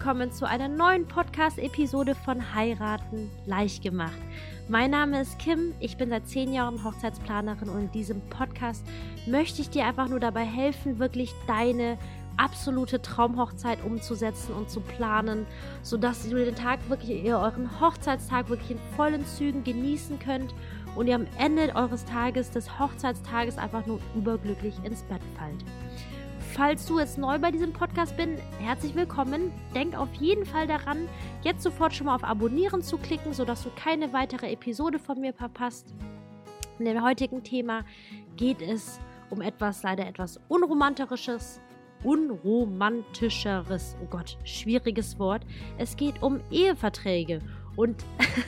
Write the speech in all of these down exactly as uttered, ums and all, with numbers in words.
willkommen zu einer neuen Podcast-Episode von Heiraten leicht gemacht. Mein Name ist Kim, ich bin seit zehn Jahren Hochzeitsplanerin und in diesem Podcast möchte ich dir einfach nur dabei helfen, wirklich deine absolute Traumhochzeit umzusetzen und zu planen, sodass ihr den Tag wirklich, ihr euren Hochzeitstag wirklich in vollen Zügen genießen könnt und ihr am Ende eures Tages, des Hochzeitstages, einfach nur überglücklich ins Bett fallt. Falls du jetzt neu bei diesem Podcast bist, herzlich willkommen. Denk auf jeden Fall daran, jetzt sofort schon mal auf Abonnieren zu klicken, sodass du keine weitere Episode von mir verpasst. In dem heutigen Thema geht es um etwas, leider etwas Unromantisches, Unromantischeres, oh Gott, schwieriges Wort. Es geht um Eheverträge. Und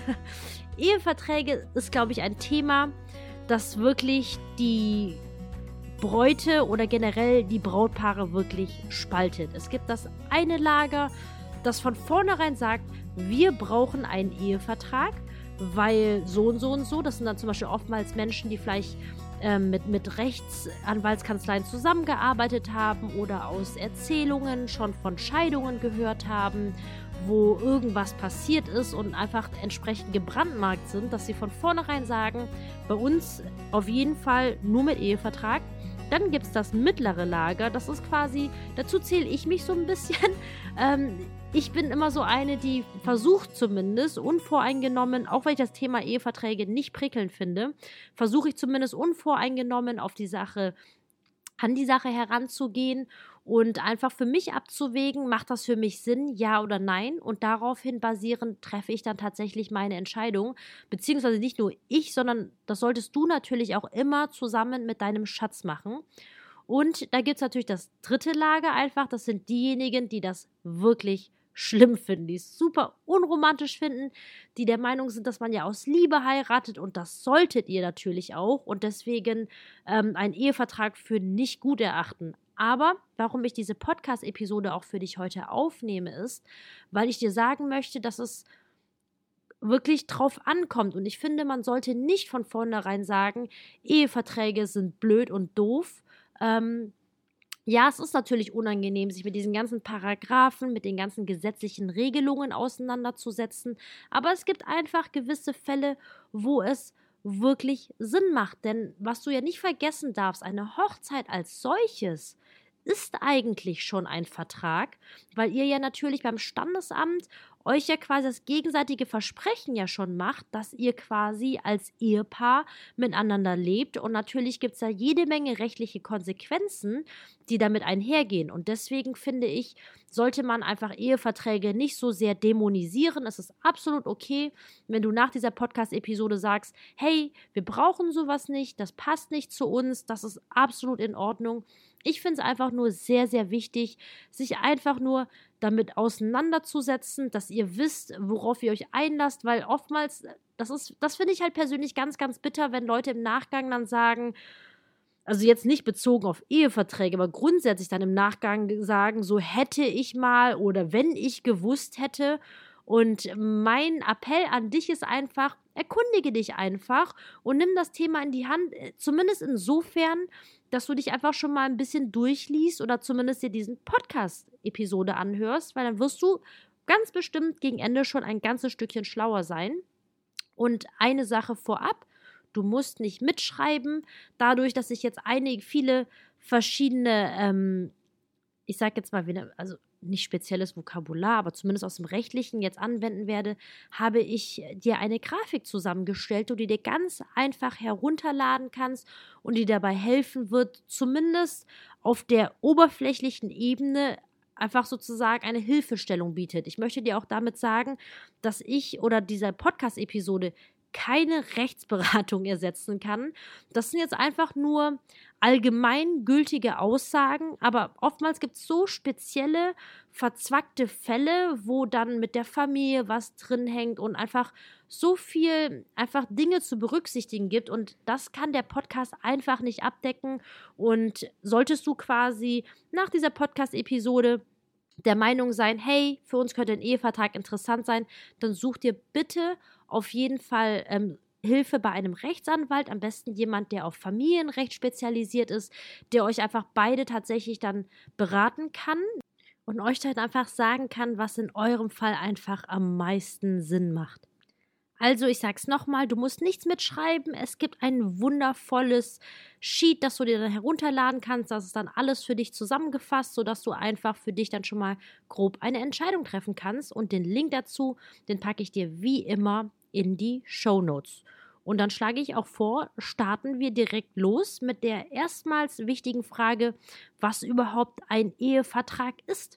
Eheverträge ist, glaube ich, ein Thema, das wirklich die Bräute oder generell die Brautpaare wirklich spaltet. Es gibt das eine Lager, das von vornherein sagt, wir brauchen einen Ehevertrag, weil so und so und so, das sind dann zum Beispiel oftmals Menschen, die vielleicht ähm, mit, mit Rechtsanwaltskanzleien zusammengearbeitet haben oder aus Erzählungen schon von Scheidungen gehört haben, wo irgendwas passiert ist und einfach entsprechend gebrandmarkt sind, dass sie von vornherein sagen, bei uns auf jeden Fall nur mit Ehevertrag. Dann gibt es das mittlere Lager, das ist quasi, dazu zähle ich mich so ein bisschen. Ähm, ich bin immer so eine, die versucht zumindest unvoreingenommen, auch wenn ich das Thema Eheverträge nicht prickelnd finde, versuche ich zumindest unvoreingenommen auf die Sache, an die Sache heranzugehen und einfach für mich abzuwägen, macht das für mich Sinn, ja oder nein? Und daraufhin basierend treffe ich dann tatsächlich meine Entscheidung. Beziehungsweise nicht nur ich, sondern das solltest du natürlich auch immer zusammen mit deinem Schatz machen. Und da gibt es natürlich das dritte Lager einfach. Das sind diejenigen, die das wirklich schlimm finden, die es super unromantisch finden, die der Meinung sind, dass man ja aus Liebe heiratet und das solltet ihr natürlich auch und deswegen ähm, einen Ehevertrag für nicht gut erachten. Aber warum ich diese Podcast-Episode auch für dich heute aufnehme, ist, weil ich dir sagen möchte, dass es wirklich drauf ankommt und ich finde, man sollte nicht von vornherein sagen, Eheverträge sind blöd und doof. Ähm, Ja, es ist natürlich unangenehm, sich mit diesen ganzen Paragraphen, mit den ganzen gesetzlichen Regelungen auseinanderzusetzen, aber es gibt einfach gewisse Fälle, wo es wirklich Sinn macht, denn was du ja nicht vergessen darfst, eine Hochzeit als solches ist eigentlich schon ein Vertrag, weil ihr ja natürlich beim Standesamt euch ja quasi das gegenseitige Versprechen ja schon macht, dass ihr quasi als Ehepaar miteinander lebt und natürlich gibt es da jede Menge rechtliche Konsequenzen, die damit einhergehen und deswegen finde ich, sollte man einfach Eheverträge nicht so sehr dämonisieren. Es ist absolut okay, wenn du nach dieser Podcast-Episode sagst, hey, wir brauchen sowas nicht, das passt nicht zu uns, das ist absolut in Ordnung. Ich finde es einfach nur sehr, sehr wichtig, sich einfach nur damit auseinanderzusetzen, dass ihr wisst, worauf ihr euch einlasst, weil oftmals, das ist, das finde ich halt persönlich ganz, ganz bitter, wenn Leute im Nachgang dann sagen, also jetzt nicht bezogen auf Eheverträge, aber grundsätzlich dann im Nachgang sagen, so hätte ich mal oder wenn ich gewusst hätte. Und mein Appell an dich ist einfach, erkundige dich einfach und nimm das Thema in die Hand, zumindest insofern, dass du dich einfach schon mal ein bisschen durchliest oder zumindest dir diesen Podcast-Episode anhörst, weil dann wirst du ganz bestimmt gegen Ende schon ein ganzes Stückchen schlauer sein. Und eine Sache vorab, du musst nicht mitschreiben, dadurch, dass ich jetzt einige, viele verschiedene, ähm, ich sag jetzt mal, also nicht spezielles Vokabular, aber zumindest aus dem Rechtlichen jetzt anwenden werde, habe ich dir eine Grafik zusammengestellt, die du dir ganz einfach herunterladen kannst und die dabei helfen wird, zumindest auf der oberflächlichen Ebene einfach sozusagen eine Hilfestellung bietet. Ich möchte dir auch damit sagen, dass ich oder diese Podcast-Episode keine Rechtsberatung ersetzen kann. Das sind jetzt einfach nur allgemeingültige Aussagen, aber oftmals gibt es so spezielle, verzwackte Fälle, wo dann mit der Familie was drin hängt und einfach so viel einfach Dinge zu berücksichtigen gibt und das kann der Podcast einfach nicht abdecken und solltest du quasi nach dieser Podcast-Episode der Meinung sein, hey, für uns könnte ein Ehevertrag interessant sein, dann such dir bitte auf jeden Fall ähm, Hilfe bei einem Rechtsanwalt, am besten jemand, der auf Familienrecht spezialisiert ist, der euch einfach beide tatsächlich dann beraten kann. und euch dann einfach sagen kann, was in eurem Fall einfach am meisten Sinn macht. Also, ich sag's nochmal, du musst nichts mitschreiben. Es gibt ein wundervolles Sheet, das du dir dann herunterladen kannst. Das ist dann alles für dich zusammengefasst, sodass du einfach für dich dann schon mal grob eine Entscheidung treffen kannst. Und den Link dazu, den packe ich dir wie immer in die Shownotes. Und dann schlage ich auch vor, starten wir direkt los mit der erstmals wichtigen Frage, was überhaupt ein Ehevertrag ist.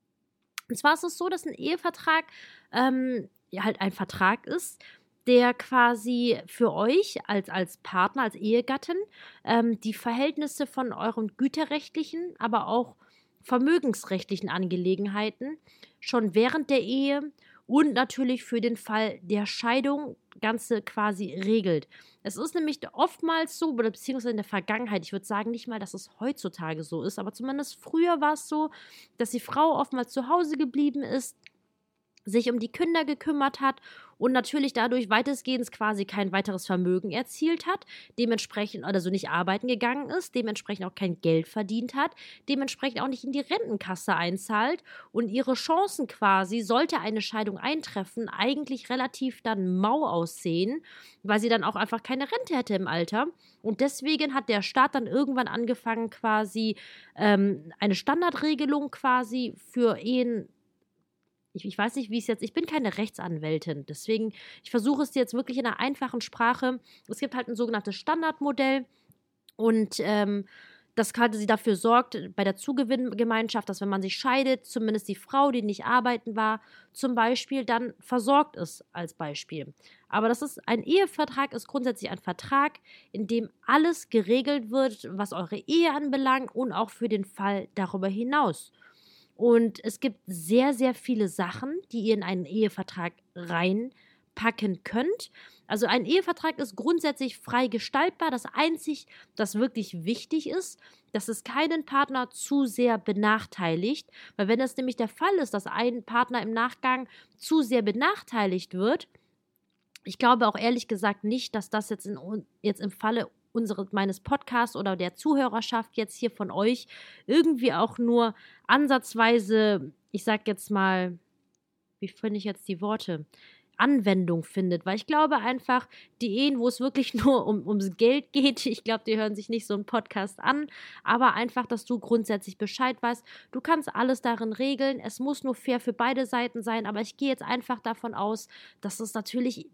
Und zwar ist es so, dass ein Ehevertrag ähm, ja, halt ein Vertrag ist, der quasi für euch als, als Partner, als Ehegatten ähm, die Verhältnisse von euren güterrechtlichen, aber auch vermögensrechtlichen Angelegenheiten schon während der Ehe und natürlich für den Fall der Scheidung Ganze quasi regelt. Es ist nämlich oftmals so, oder beziehungsweise in der Vergangenheit, ich würde sagen nicht mal, dass es heutzutage so ist, aber zumindest früher war es so, dass die Frau oftmals zu Hause geblieben ist, sich um die Kinder gekümmert hat und natürlich dadurch weitestgehend quasi kein weiteres Vermögen erzielt hat, dementsprechend also nicht arbeiten gegangen ist, dementsprechend auch kein Geld verdient hat, dementsprechend auch nicht in die Rentenkasse einzahlt und ihre Chancen quasi, sollte eine Scheidung eintreffen, eigentlich relativ dann mau aussehen, weil sie dann auch einfach keine Rente hätte im Alter. Und deswegen hat der Staat dann irgendwann angefangen, quasi ähm, eine Standardregelung quasi für Ehen. Ich, ich weiß nicht, wie es jetzt, ich bin keine Rechtsanwältin, deswegen, ich versuche es dir jetzt wirklich in einer einfachen Sprache. Es gibt halt ein sogenanntes Standardmodell und ähm, das quasi dafür sorgt, bei der Zugewinngemeinschaft, dass wenn man sich scheidet, zumindest die Frau, die nicht arbeiten war, zum Beispiel dann versorgt ist, als Beispiel. Aber das ist, ein Ehevertrag ist grundsätzlich ein Vertrag, in dem alles geregelt wird, was eure Ehe anbelangt und auch für den Fall darüber hinaus. Und es gibt sehr, sehr viele Sachen, die ihr in einen Ehevertrag reinpacken könnt. Also ein Ehevertrag ist grundsätzlich frei gestaltbar. Das einzig, das wirklich wichtig ist, dass es keinen Partner zu sehr benachteiligt. Weil wenn das nämlich der Fall ist, dass ein Partner im Nachgang zu sehr benachteiligt wird, ich glaube auch ehrlich gesagt nicht, dass das jetzt, in, jetzt im Falle Unsere, meines Podcasts oder der Zuhörerschaft jetzt hier von euch irgendwie auch nur ansatzweise, ich sag jetzt mal, wie finde ich jetzt die Worte, Anwendung findet, weil ich glaube einfach, die Ehen, wo es wirklich nur um, ums Geld geht, ich glaube, die hören sich nicht so einen Podcast an, aber einfach, dass du grundsätzlich Bescheid weißt, du kannst alles darin regeln, es muss nur fair für beide Seiten sein, aber ich gehe jetzt einfach davon aus, dass es natürlich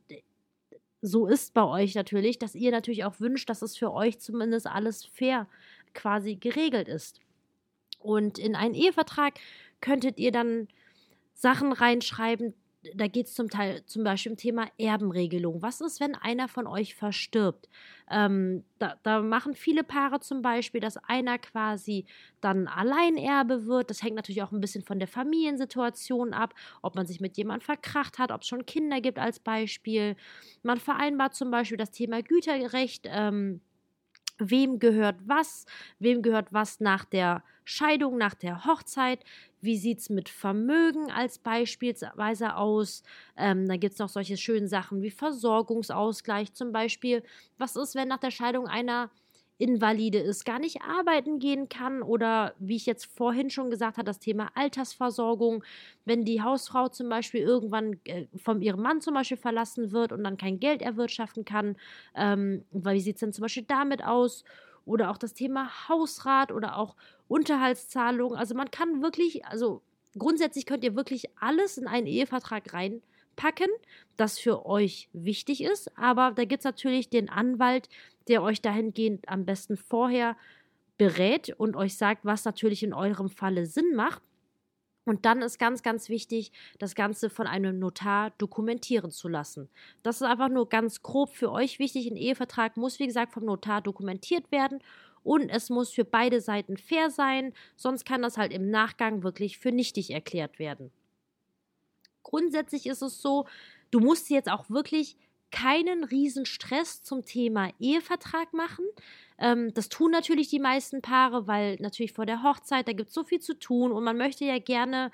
so ist bei euch natürlich, dass ihr natürlich auch wünscht, dass es für euch zumindest alles fair quasi geregelt ist. Und in einen Ehevertrag könntet ihr dann Sachen reinschreiben, da geht es zum Teil zum Beispiel um Thema Erbenregelung. Was ist, wenn einer von euch verstirbt? Ähm, da, da machen viele Paare zum Beispiel, dass einer quasi dann Alleinerbe wird. Das hängt natürlich auch ein bisschen von der Familiensituation ab, ob man sich mit jemandem verkracht hat, ob es schon Kinder gibt als Beispiel. Man vereinbart zum Beispiel das Thema Güterrecht, ähm, wem gehört was, wem gehört was nach der Scheidung, nach der Hochzeit, wie sieht es mit Vermögen als beispielsweise aus, ähm, dann gibt es noch solche schönen Sachen wie Versorgungsausgleich zum Beispiel, was ist, wenn nach der Scheidung einer Invalide ist, gar nicht arbeiten gehen kann oder wie ich jetzt vorhin schon gesagt habe, das Thema Altersversorgung, wenn die Hausfrau zum Beispiel irgendwann äh, von ihrem Mann zum Beispiel verlassen wird und dann kein Geld erwirtschaften kann, ähm, weil wie sieht es denn zum Beispiel damit aus? Oder auch das Thema Hausrat oder auch Unterhaltszahlungen. Also man kann wirklich, also grundsätzlich könnt ihr wirklich alles in einen Ehevertrag reinpacken, das für euch wichtig ist. Aber da gibt es natürlich den Anwalt, der euch dahingehend am besten vorher berät und euch sagt, was natürlich in eurem Falle Sinn macht. Und dann ist ganz, ganz wichtig, das Ganze von einem Notar dokumentieren zu lassen. Das ist einfach nur ganz grob für euch wichtig. Ein Ehevertrag muss, wie gesagt, vom Notar dokumentiert werden und es muss für beide Seiten fair sein, sonst kann das halt im Nachgang wirklich für nichtig erklärt werden. Grundsätzlich ist es so, du musst jetzt auch wirklich keinen riesen Stress zum Thema Ehevertrag machen. Ähm, das tun natürlich die meisten Paare, weil natürlich vor der Hochzeit, da gibt es so viel zu tun und man möchte ja gerne,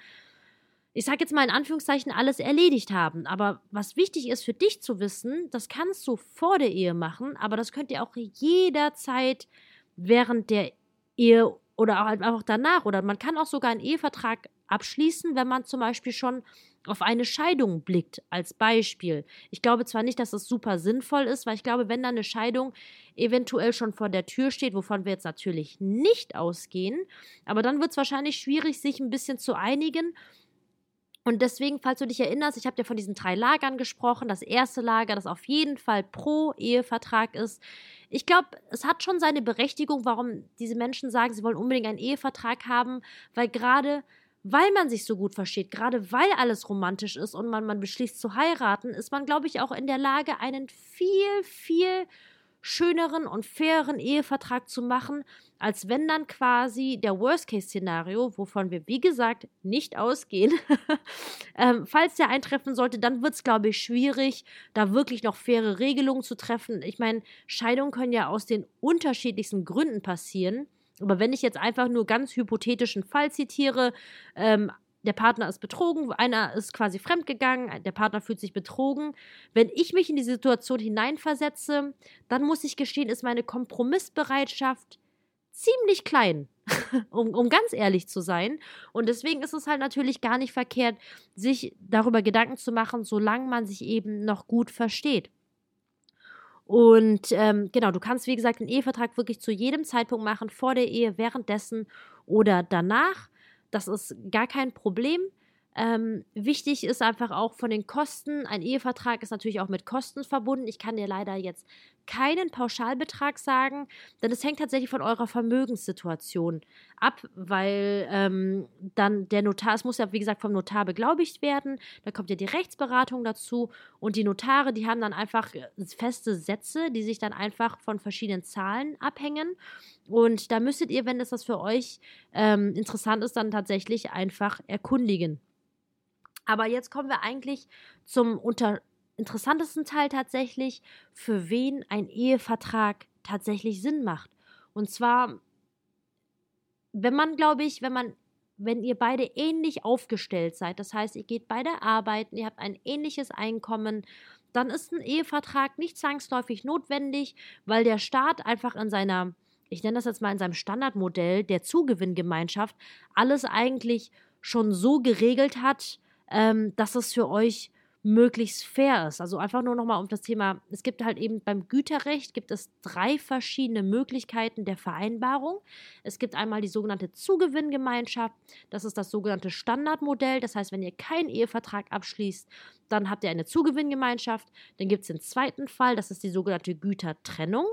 ich sage jetzt mal in Anführungszeichen, alles erledigt haben. Aber was wichtig ist für dich zu wissen, das kannst du vor der Ehe machen, aber das könnt ihr auch jederzeit während der Ehe oder auch einfach danach. Oder man kann auch sogar einen Ehevertrag abschließen, wenn man zum Beispiel schon auf eine Scheidung blickt, als Beispiel. Ich glaube zwar nicht, dass das super sinnvoll ist, weil ich glaube, wenn da eine Scheidung eventuell schon vor der Tür steht, wovon wir jetzt natürlich nicht ausgehen, aber dann wird es wahrscheinlich schwierig, sich ein bisschen zu einigen. Und deswegen, falls du dich erinnerst, ich habe ja von diesen drei Lagern gesprochen. Das erste Lager, das auf jeden Fall pro Ehevertrag ist. Ich glaube, es hat schon seine Berechtigung, warum diese Menschen sagen, sie wollen unbedingt einen Ehevertrag haben, weil gerade weil man sich so gut versteht, gerade weil alles romantisch ist und man, man beschließt zu heiraten, ist man, glaube ich, auch in der Lage, einen viel, viel schöneren und faireren Ehevertrag zu machen, als wenn dann quasi der Worst-Case-Szenario, wovon wir, wie gesagt, nicht ausgehen, ähm, falls der eintreffen sollte, dann wird es, glaube ich, schwierig, da wirklich noch faire Regelungen zu treffen. Ich meine, Scheidungen können ja aus den unterschiedlichsten Gründen passieren. Aber wenn ich jetzt einfach nur ganz hypothetischen Fall zitiere, ähm, der Partner ist betrogen, einer ist quasi fremdgegangen, der Partner fühlt sich betrogen. Wenn ich mich in die Situation hineinversetze, dann muss ich gestehen, ist meine Kompromissbereitschaft ziemlich klein, um, um ganz ehrlich zu sein. Und deswegen ist es halt natürlich gar nicht verkehrt, sich darüber Gedanken zu machen, solange man sich eben noch gut versteht. Und ähm, genau, du kannst, wie gesagt, den Ehevertrag wirklich zu jedem Zeitpunkt machen, vor der Ehe, währenddessen oder danach. Das ist gar kein Problem. Ähm, wichtig ist einfach auch von den Kosten. Ein Ehevertrag ist natürlich auch mit Kosten verbunden. Ich kann dir leider jetzt keinen Pauschalbetrag sagen, denn es hängt tatsächlich von eurer Vermögenssituation ab, weil ähm, dann der Notar, es muss ja wie gesagt vom Notar beglaubigt werden, da kommt ja die Rechtsberatung dazu und die Notare, die haben dann einfach feste Sätze, die sich dann einfach von verschiedenen Zahlen abhängen und da müsstet ihr, wenn es das für euch ähm, interessant ist, dann tatsächlich einfach erkundigen. Aber jetzt kommen wir eigentlich zum unter interessantesten Teil tatsächlich, für wen ein Ehevertrag tatsächlich Sinn macht. Und zwar, wenn man, glaube ich, wenn man, wenn ihr beide ähnlich aufgestellt seid, das heißt, ihr geht beide arbeiten, ihr habt ein ähnliches Einkommen, dann ist ein Ehevertrag nicht zwangsläufig notwendig, weil der Staat einfach in seiner, ich nenne das jetzt mal in seinem Standardmodell der Zugewinngemeinschaft, alles eigentlich schon so geregelt hat, ähm, dass es für euch möglichst fair ist. Also einfach nur nochmal um das Thema, es gibt halt eben beim Güterrecht gibt es drei verschiedene Möglichkeiten der Vereinbarung. Es gibt einmal die sogenannte Zugewinngemeinschaft, das ist das sogenannte Standardmodell, das heißt, wenn ihr keinen Ehevertrag abschließt, dann habt ihr eine Zugewinngemeinschaft. Dann gibt es den zweiten Fall, das ist die sogenannte Gütertrennung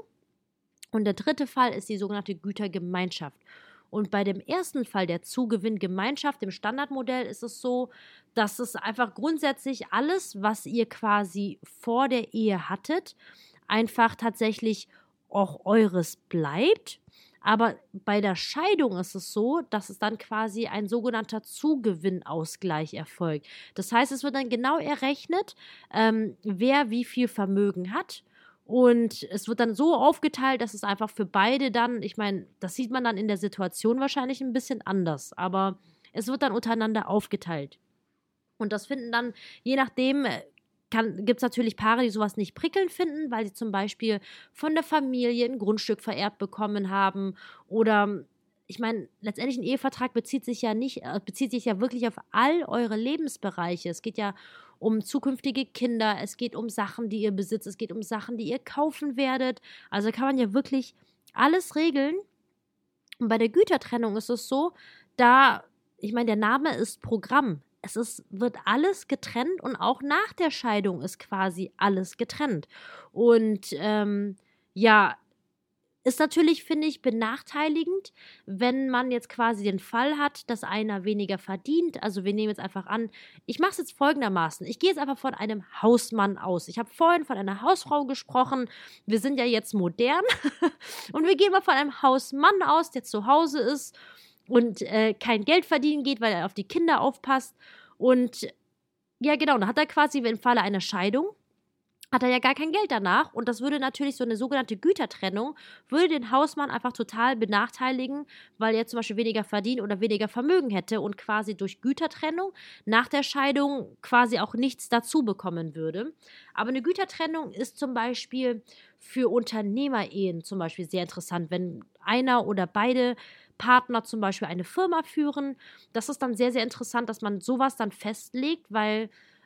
und der dritte Fall ist die sogenannte Gütergemeinschaft. Und bei dem ersten Fall der Zugewinngemeinschaft, dem Standardmodell, ist es so, dass es einfach grundsätzlich alles, was ihr quasi vor der Ehe hattet, einfach tatsächlich auch eures bleibt. Aber bei der Scheidung ist es so, dass es dann quasi ein sogenannter Zugewinnausgleich erfolgt. Das heißt, es wird dann genau errechnet, ähm, wer wie viel Vermögen hat. Und es wird dann so aufgeteilt, dass es einfach für beide dann, ich meine, das sieht man dann in der Situation wahrscheinlich ein bisschen anders, aber es wird dann untereinander aufgeteilt. Und das finden dann, je nachdem, gibt es natürlich Paare, die sowas nicht prickelnd finden, weil sie zum Beispiel von der Familie ein Grundstück vererbt bekommen haben oder ich meine, letztendlich ein Ehevertrag bezieht sich ja nicht, bezieht sich ja wirklich auf all eure Lebensbereiche. Es geht ja um zukünftige Kinder, es geht um Sachen, die ihr besitzt, es geht um Sachen, die ihr kaufen werdet. Also kann man ja wirklich alles regeln. Und bei der Gütertrennung ist es so, da, ich meine, der Name ist Programm. Es ist, wird alles getrennt und auch nach der Scheidung ist quasi alles getrennt. Und ähm, ja, ist natürlich, finde ich, benachteiligend, wenn man jetzt quasi den Fall hat, dass einer weniger verdient. Also wir nehmen jetzt einfach an, ich mache es jetzt folgendermaßen. Ich gehe jetzt einfach von einem Hausmann aus. Ich habe vorhin von einer Hausfrau gesprochen. Wir sind ja jetzt modern. Und wir gehen mal von einem Hausmann aus, der zu Hause ist und äh, kein Geld verdienen geht, weil er auf die Kinder aufpasst. Und ja, genau, dann hat er quasi im Falle einer Scheidung hat er ja gar kein Geld danach und das würde natürlich so eine sogenannte Gütertrennung, würde den Hausmann einfach total benachteiligen, weil er zum Beispiel weniger verdient oder weniger Vermögen hätte und quasi durch Gütertrennung nach der Scheidung quasi auch nichts dazu bekommen würde. Aber eine Gütertrennung ist zum Beispiel für Unternehmerehen zum Beispiel sehr interessant, wenn einer oder beide Partner zum Beispiel eine Firma führen. Das ist dann sehr, sehr interessant, dass man sowas dann festlegt, weil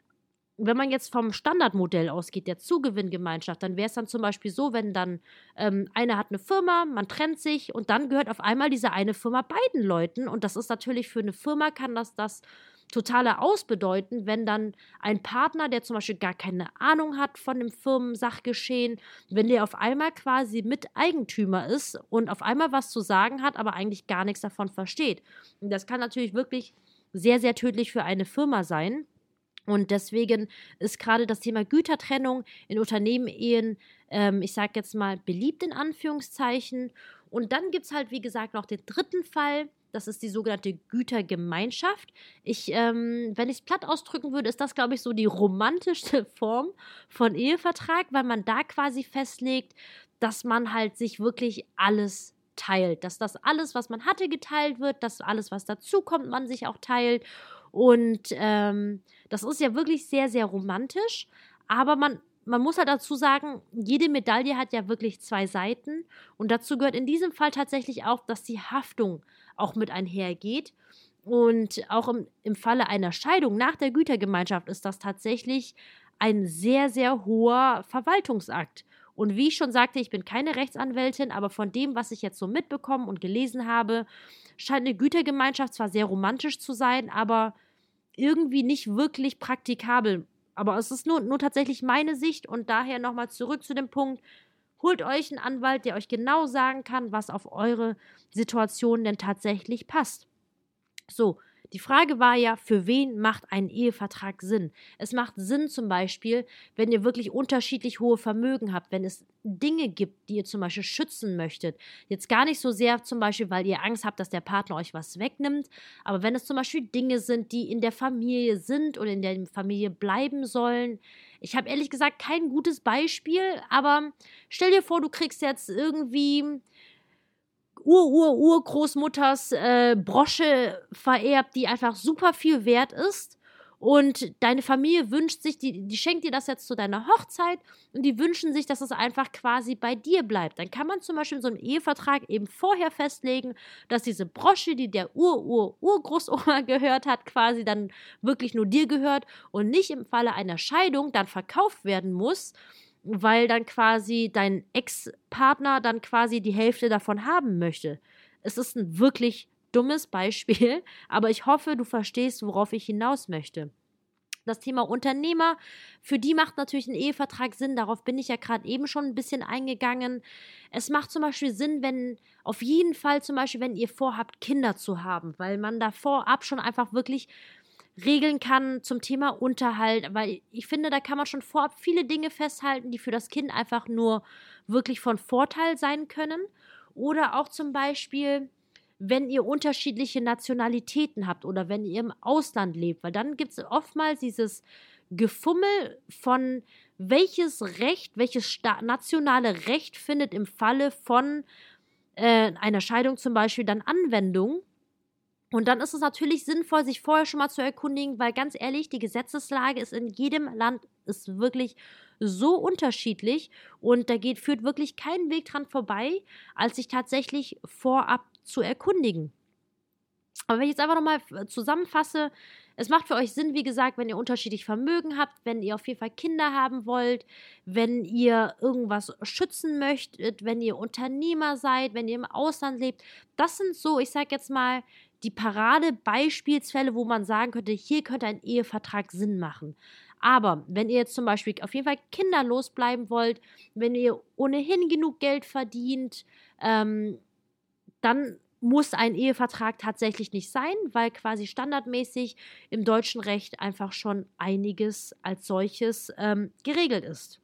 wenn man jetzt vom Standardmodell ausgeht, der Zugewinngemeinschaft, dann wäre es dann zum Beispiel so, wenn dann ähm, einer hat eine Firma, man trennt sich und dann gehört auf einmal diese eine Firma beiden Leuten und das ist natürlich für eine Firma, kann das das totale Aus bedeuten, wenn dann ein Partner, der zum Beispiel gar keine Ahnung hat von dem Firmensachgeschehen, wenn der auf einmal quasi Miteigentümer ist und auf einmal was zu sagen hat, aber eigentlich gar nichts davon versteht. Und das kann natürlich wirklich sehr, sehr tödlich für eine Firma sein. Und deswegen ist gerade das Thema Gütertrennung in Unternehmen-Ehen, ähm, ich sage jetzt mal, beliebt in Anführungszeichen. Und dann gibt es halt, wie gesagt, noch den dritten Fall. Das ist die sogenannte Gütergemeinschaft. Ich, ähm, wenn ich es platt ausdrücken würde, ist das, glaube ich, so die romantischste Form von Ehevertrag, weil man da quasi festlegt, dass man halt sich wirklich alles teilt. Dass das alles, was man hatte, geteilt wird, dass alles, was dazukommt, man sich auch teilt. Und ähm, das ist ja wirklich sehr, sehr romantisch, aber man, man muss halt dazu sagen, jede Medaille hat ja wirklich zwei Seiten und dazu gehört in diesem Fall tatsächlich auch, dass die Haftung auch mit einhergeht und auch im, im Falle einer Scheidung nach der Gütergemeinschaft ist das tatsächlich ein sehr, sehr hoher Verwaltungsakt. Und wie ich schon sagte, ich bin keine Rechtsanwältin, aber von dem, was ich jetzt so mitbekommen und gelesen habe, scheint eine Gütergemeinschaft zwar sehr romantisch zu sein, aber irgendwie nicht wirklich praktikabel. Aber es ist nur, nur tatsächlich meine Sicht und daher nochmal zurück zu dem Punkt, holt euch einen Anwalt, der euch genau sagen kann, was auf eure Situation denn tatsächlich passt. So, die Frage war ja, für wen macht ein Ehevertrag Sinn? Es macht Sinn zum Beispiel, wenn ihr wirklich unterschiedlich hohe Vermögen habt, wenn es Dinge gibt, die ihr zum Beispiel schützen möchtet. Jetzt gar nicht so sehr zum Beispiel, weil ihr Angst habt, dass der Partner euch was wegnimmt, aber wenn es zum Beispiel Dinge sind, die in der Familie sind oder in der Familie bleiben sollen. Ich habe ehrlich gesagt kein gutes Beispiel, aber stell dir vor, du kriegst jetzt irgendwie Ur-Ur-Urgroßmutters äh, Brosche vererbt, die einfach super viel wert ist und deine Familie wünscht sich, die, die schenkt dir das jetzt zu deiner Hochzeit und die wünschen sich, dass es einfach quasi bei dir bleibt. Dann kann man zum Beispiel in so einem Ehevertrag eben vorher festlegen, dass diese Brosche, die der Ur-Ur-Urgroßoma gehört hat, quasi dann wirklich nur dir gehört und nicht im Falle einer Scheidung dann verkauft werden muss, weil dann quasi dein Ex-Partner dann quasi die Hälfte davon haben möchte. Es ist ein wirklich dummes Beispiel, aber ich hoffe, du verstehst, worauf ich hinaus möchte. Das Thema Unternehmer, für die macht natürlich ein Ehevertrag Sinn, darauf bin ich ja gerade eben schon ein bisschen eingegangen. Es macht zum Beispiel Sinn, wenn, auf jeden Fall zum Beispiel, wenn ihr vorhabt, Kinder zu haben, weil man da vorab schon einfach wirklich regeln kann zum Thema Unterhalt, weil ich finde, da kann man schon vorab viele Dinge festhalten, die für das Kind einfach nur wirklich von Vorteil sein können. Oder auch zum Beispiel, wenn ihr unterschiedliche Nationalitäten habt oder wenn ihr im Ausland lebt, weil dann gibt es oftmals dieses Gefummel von welches Recht, welches sta- nationale Recht findet im Falle von äh, einer Scheidung zum Beispiel dann Anwendung. Und dann ist es natürlich sinnvoll, sich vorher schon mal zu erkundigen, weil ganz ehrlich, die Gesetzeslage ist in jedem Land ist wirklich so unterschiedlich und da geht, führt wirklich kein Weg dran vorbei, als sich tatsächlich vorab zu erkundigen. Aber wenn ich jetzt einfach nochmal zusammenfasse, es macht für euch Sinn, wie gesagt, wenn ihr unterschiedlich Vermögen habt, wenn ihr auf jeden Fall Kinder haben wollt, wenn ihr irgendwas schützen möchtet, wenn ihr Unternehmer seid, wenn ihr im Ausland lebt. Das sind so, ich sag jetzt mal, die Paradebeispielsfälle, wo man sagen könnte, hier könnte ein Ehevertrag Sinn machen. Aber wenn ihr jetzt zum Beispiel auf jeden Fall kinderlos bleiben wollt, wenn ihr ohnehin genug Geld verdient, ähm, dann muss ein Ehevertrag tatsächlich nicht sein, weil quasi standardmäßig im deutschen Recht einfach schon einiges als solches ähm, geregelt ist.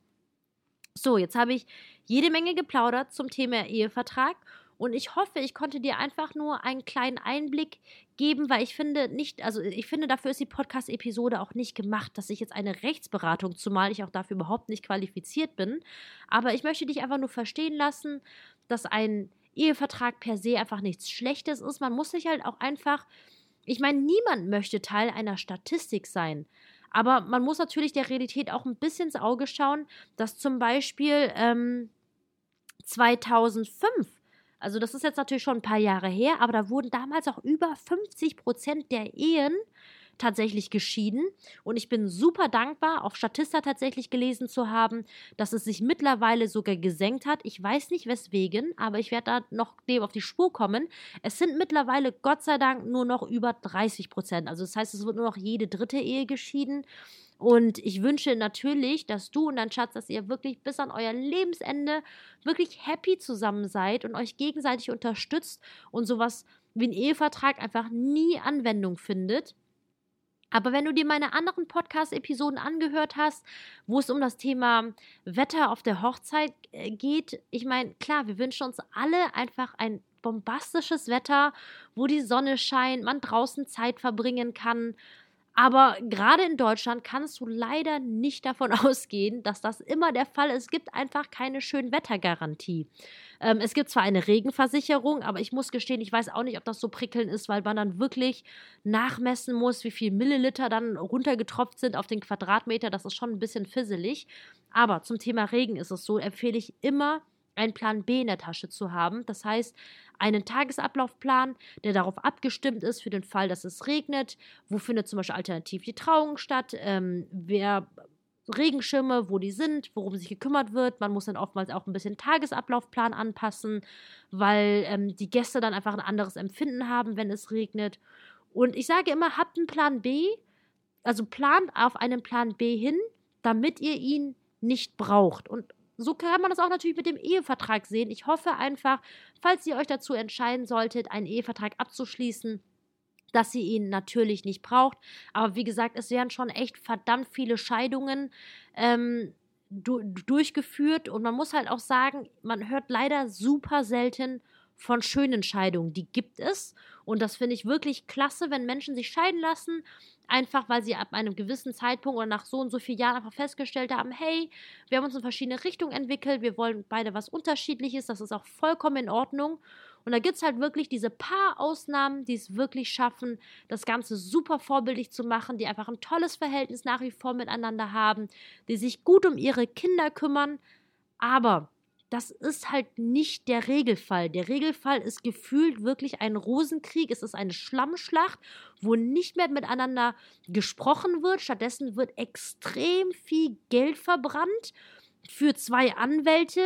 So, jetzt habe ich jede Menge geplaudert zum Thema Ehevertrag und ich hoffe, ich konnte dir einfach nur einen kleinen Einblick geben, weil ich finde nicht, also ich finde, dafür ist die Podcast-Episode auch nicht gemacht, dass ich jetzt eine Rechtsberatung, zumal ich auch dafür überhaupt nicht qualifiziert bin. Aber ich möchte dich einfach nur verstehen lassen, dass ein Ehevertrag per se einfach nichts Schlechtes ist. Man muss sich halt auch einfach, ich meine, niemand möchte Teil einer Statistik sein. Aber man muss natürlich der Realität auch ein bisschen ins Auge schauen, dass zum Beispiel ähm, zweitausendfünf Also das ist jetzt natürlich schon ein paar Jahre her, aber da wurden damals auch über fünfzig Prozent der Ehen tatsächlich geschieden. Und ich bin super dankbar, auf Statista tatsächlich gelesen zu haben, dass es sich mittlerweile sogar gesenkt hat. Ich weiß nicht weswegen, aber ich werde da noch dem auf die Spur kommen. Es sind mittlerweile Gott sei Dank nur noch über dreißig Prozent. Also das heißt, es wird nur noch jede dritte Ehe geschieden. Und ich wünsche natürlich, dass du und dein Schatz, dass ihr wirklich bis an euer Lebensende wirklich happy zusammen seid und euch gegenseitig unterstützt und sowas wie ein Ehevertrag einfach nie Anwendung findet. Aber wenn du dir meine anderen Podcast-Episoden angehört hast, wo es um das Thema Wetter auf der Hochzeit geht, ich meine, klar, wir wünschen uns alle einfach ein bombastisches Wetter, wo die Sonne scheint, man draußen Zeit verbringen kann. Aber gerade in Deutschland kannst du leider nicht davon ausgehen, dass das immer der Fall ist. Es gibt einfach keine Schönwettergarantie. Ähm, es gibt zwar eine Regenversicherung, aber ich muss gestehen, ich weiß auch nicht, ob das so prickelnd ist, weil man dann wirklich nachmessen muss, wie viel Milliliter dann runtergetropft sind auf den Quadratmeter. Das ist schon ein bisschen fisselig. Aber zum Thema Regen ist es so, empfehle ich immer, einen Plan B in der Tasche zu haben. Das heißt, einen Tagesablaufplan, der darauf abgestimmt ist für den Fall, dass es regnet. Wo findet zum Beispiel alternativ die Trauung statt? Ähm, wer Regenschirme, wo die sind, worum sich gekümmert wird. Man muss dann oftmals auch ein bisschen Tagesablaufplan anpassen, weil ähm, die Gäste dann einfach ein anderes Empfinden haben, wenn es regnet. Und ich sage immer, habt einen Plan B, also plant auf einen Plan B hin, damit ihr ihn nicht braucht. Und so kann man das auch natürlich mit dem Ehevertrag sehen. Ich hoffe einfach, falls ihr euch dazu entscheiden solltet, einen Ehevertrag abzuschließen, dass ihr ihn natürlich nicht braucht. Aber wie gesagt, es werden schon echt verdammt viele Scheidungen ähm, du- durchgeführt. Und man muss halt auch sagen, man hört leider super selten von schönen Scheidungen. Die gibt es. Und das finde ich wirklich klasse, wenn Menschen sich scheiden lassen, einfach weil sie ab einem gewissen Zeitpunkt oder nach so und so vielen Jahren einfach festgestellt haben, hey, wir haben uns in verschiedene Richtungen entwickelt, wir wollen beide was Unterschiedliches, das ist auch vollkommen in Ordnung. Und da gibt es halt wirklich diese paar Ausnahmen, die es wirklich schaffen, das Ganze super vorbildlich zu machen, die einfach ein tolles Verhältnis nach wie vor miteinander haben, die sich gut um ihre Kinder kümmern, aber das ist halt nicht der Regelfall. Der Regelfall ist gefühlt wirklich ein Rosenkrieg. Es ist eine Schlammschlacht, wo nicht mehr miteinander gesprochen wird. Stattdessen wird extrem viel Geld verbrannt für zwei Anwälte,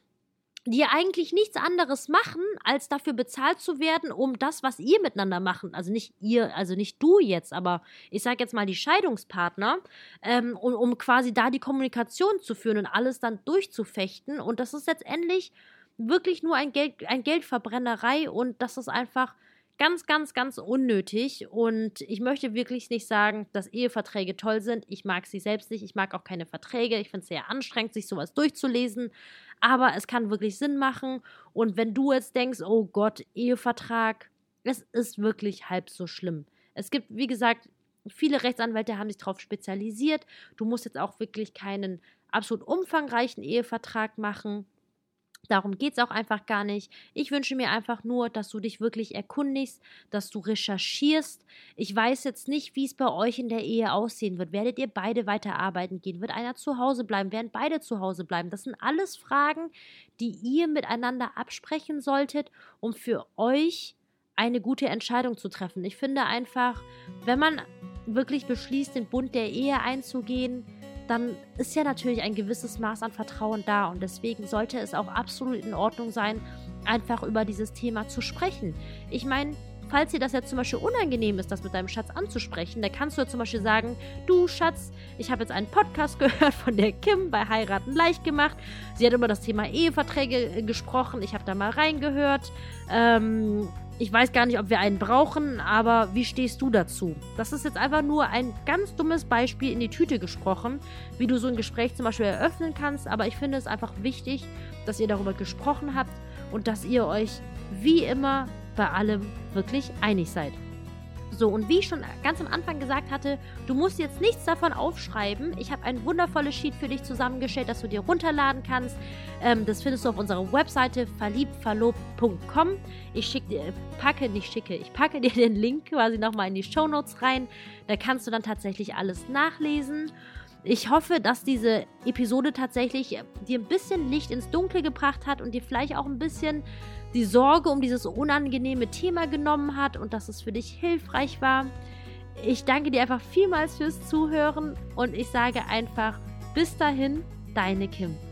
die eigentlich nichts anderes machen, als dafür bezahlt zu werden, um das, was ihr miteinander machen, also nicht ihr, also nicht du jetzt, aber ich sage jetzt mal die Scheidungspartner, ähm, um, um quasi da die Kommunikation zu führen und alles dann durchzufechten. Und das ist letztendlich wirklich nur ein Geld, ein Geldverbrennerei und das ist einfach ganz, ganz, ganz unnötig. Und ich möchte wirklich nicht sagen, dass Eheverträge toll sind. Ich mag sie selbst nicht. Ich mag auch keine Verträge. Ich finde es sehr anstrengend, sich sowas durchzulesen. Aber es kann wirklich Sinn machen. Und wenn du jetzt denkst, oh Gott, Ehevertrag, es ist wirklich halb so schlimm. Es gibt, wie gesagt, viele Rechtsanwälte haben sich darauf spezialisiert. Du musst jetzt auch wirklich keinen absolut umfangreichen Ehevertrag machen. Darum geht es auch einfach gar nicht. Ich wünsche mir einfach nur, dass du dich wirklich erkundigst, dass du recherchierst. Ich weiß jetzt nicht, wie es bei euch in der Ehe aussehen wird. Werdet ihr beide weiter arbeiten gehen? Wird einer zu Hause bleiben? Werden beide zu Hause bleiben? Das sind alles Fragen, die ihr miteinander absprechen solltet, um für euch eine gute Entscheidung zu treffen. Ich finde einfach, wenn man wirklich beschließt, den Bund der Ehe einzugehen, dann ist ja natürlich ein gewisses Maß an Vertrauen da und deswegen sollte es auch absolut in Ordnung sein, einfach über dieses Thema zu sprechen. Ich meine, falls dir das jetzt zum Beispiel unangenehm ist, das mit deinem Schatz anzusprechen, dann kannst du ja zum Beispiel sagen, du Schatz, ich habe jetzt einen Podcast gehört von der Kim bei Heiraten leicht gemacht. Sie hat über das Thema Eheverträge gesprochen, ich habe da mal reingehört. Ähm... Ich weiß gar nicht, ob wir einen brauchen, aber wie stehst du dazu? Das ist jetzt einfach nur ein ganz dummes Beispiel in die Tüte gesprochen, wie du so ein Gespräch zum Beispiel eröffnen kannst. Aber ich finde es einfach wichtig, dass ihr darüber gesprochen habt und dass ihr euch wie immer bei allem wirklich einig seid. So, und wie ich schon ganz am Anfang gesagt hatte, du musst jetzt nichts davon aufschreiben. Ich habe ein wundervolles Sheet für dich zusammengestellt, das du dir runterladen kannst. Ähm, das findest du auf unserer Webseite verliebtverlobt punkt com. Ich schick dir, packe, nicht schicke, ich packe dir den Link quasi nochmal in die Shownotes rein. Da kannst du dann tatsächlich alles nachlesen. Ich hoffe, dass diese Episode tatsächlich dir ein bisschen Licht ins Dunkel gebracht hat und dir vielleicht auch ein bisschen die Sorge um dieses unangenehme Thema genommen hat und dass es für dich hilfreich war. Ich danke dir einfach vielmals fürs Zuhören und ich sage einfach, bis dahin, deine Kim.